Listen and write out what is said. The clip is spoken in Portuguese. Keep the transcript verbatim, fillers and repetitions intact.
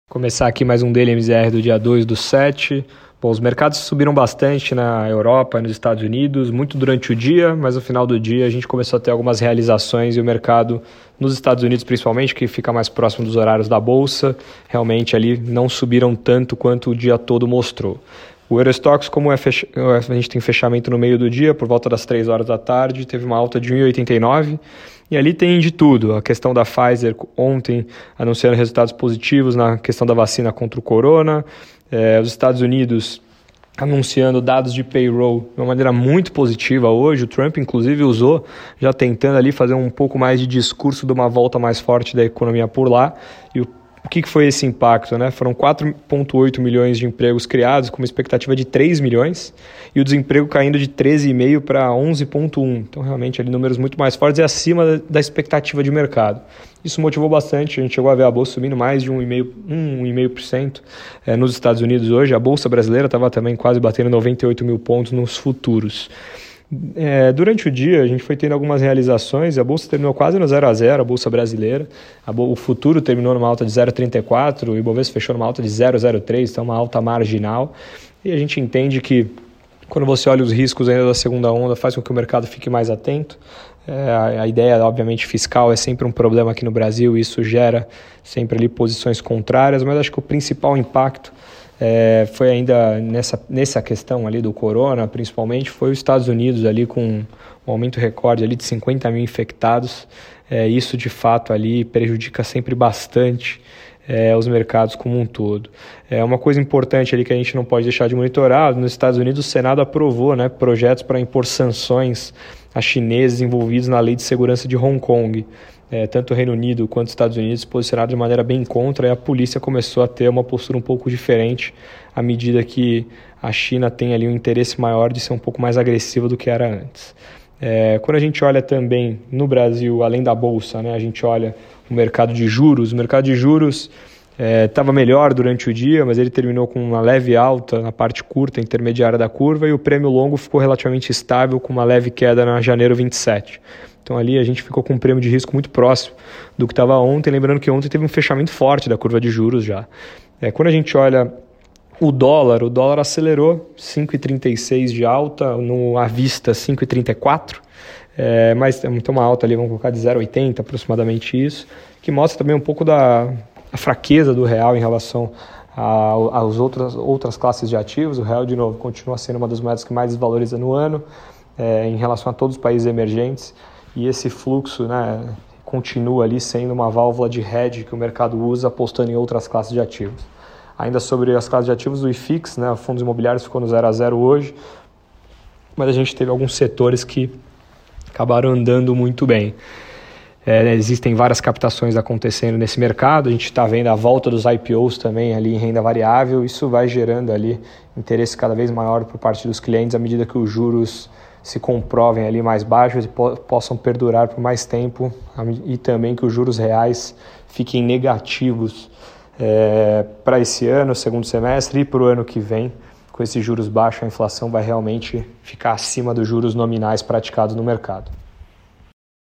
Começar aqui mais um Daily M Z R do dia dois do sete. Bom, os mercados subiram bastante na Europa e nos Estados Unidos, muito durante o dia, mas no final do dia a gente começou a ter algumas realizações e o mercado nos Estados Unidos principalmente, que fica mais próximo dos horários da Bolsa, realmente ali não subiram tanto quanto o dia todo mostrou. O Eurostoxx, como é fech... a gente tem fechamento no meio do dia, por volta das três horas da tarde, teve uma alta de um vírgula oitenta e nove. E ali tem de tudo. A questão da Pfizer ontem anunciando resultados positivos na questão da vacina contra o corona. É, os Estados Unidos anunciando dados de payroll de uma maneira muito positiva hoje. O Trump, inclusive, usou, já tentando ali fazer um pouco mais de discurso de uma volta mais forte da economia por lá. E o O que foi esse impacto, né? Foram quatro vírgula oito milhões de empregos criados, com uma expectativa de três milhões, e o desemprego caindo de treze vírgula cinco para onze vírgula um. Então, realmente, ali, números muito mais fortes e acima da expectativa de mercado. Isso motivou bastante, a gente chegou a ver a Bolsa subindo mais de um vírgula cinco por cento é, nos Estados Unidos hoje. A Bolsa brasileira estava também quase batendo noventa e oito mil pontos nos futuros. É, durante o dia a gente foi tendo algumas realizações, a Bolsa terminou quase no zero a zero, a Bolsa brasileira, a Bo- o futuro terminou numa alta de zero vírgula trinta e quatro, o Ibovespa fechou numa alta de zero vírgula zero três, então uma alta marginal, e a gente entende que quando você olha os riscos ainda da segunda onda, faz com que o mercado fique mais atento. É, a, a ideia, obviamente, fiscal é sempre um problema aqui no Brasil, e isso gera sempre ali posições contrárias, mas acho que o principal impacto É, foi ainda nessa, nessa questão ali do corona, principalmente, foi os Estados Unidos ali com um aumento recorde ali de cinquenta mil infectados. É, isso, de fato, ali prejudica sempre bastante é, os mercados como um todo. É uma coisa importante ali que a gente não pode deixar de monitorar: nos Estados Unidos o Senado aprovou, né, projetos para impor sanções a chineses envolvidos na lei de segurança de Hong Kong. É, tanto o Reino Unido quanto os Estados Unidos se posicionaram de maneira bem contra, e a polícia começou a ter uma postura um pouco diferente à medida que a China tem ali um interesse maior de ser um pouco mais agressiva do que era antes. É, quando a gente olha também no Brasil, além da Bolsa, né, a gente olha o mercado de juros. O mercado de juros estava é, melhor durante o dia, mas ele terminou com uma leve alta na parte curta, intermediária da curva, e o prêmio longo ficou relativamente estável, com uma leve queda na janeiro vinte e sete. Então ali a gente ficou com um prêmio de risco muito próximo do que estava ontem, lembrando que ontem teve um fechamento forte da curva de juros já. É, quando a gente olha o dólar, o dólar acelerou, cinco vírgula trinta e seis de alta, no à vista cinco vírgula trinta e quatro, é, mas tem uma alta ali, vamos colocar de zero vírgula oitenta aproximadamente isso, que mostra também um pouco da a fraqueza do real em relação às outras, outras classes de ativos. O real, de novo, continua sendo uma das moedas que mais desvaloriza no ano, é, em relação a todos os países emergentes. E esse fluxo, né, continua ali sendo uma válvula de hedge que o mercado usa apostando em outras classes de ativos. Ainda sobre as classes de ativos, o I F I X, né, fundos imobiliários, ficou no zero a zero hoje, mas a gente teve alguns setores que acabaram andando muito bem. É, existem várias captações acontecendo nesse mercado, a gente está vendo a volta dos I P Os também ali em renda variável. Isso vai gerando ali interesse cada vez maior por parte dos clientes à medida que os juros se comprovem ali mais baixos e po- possam perdurar por mais tempo, e também que os juros reais fiquem negativos é, para esse ano, segundo semestre, e para o ano que vem. Com esses juros baixos, a inflação vai realmente ficar acima dos juros nominais praticados no mercado.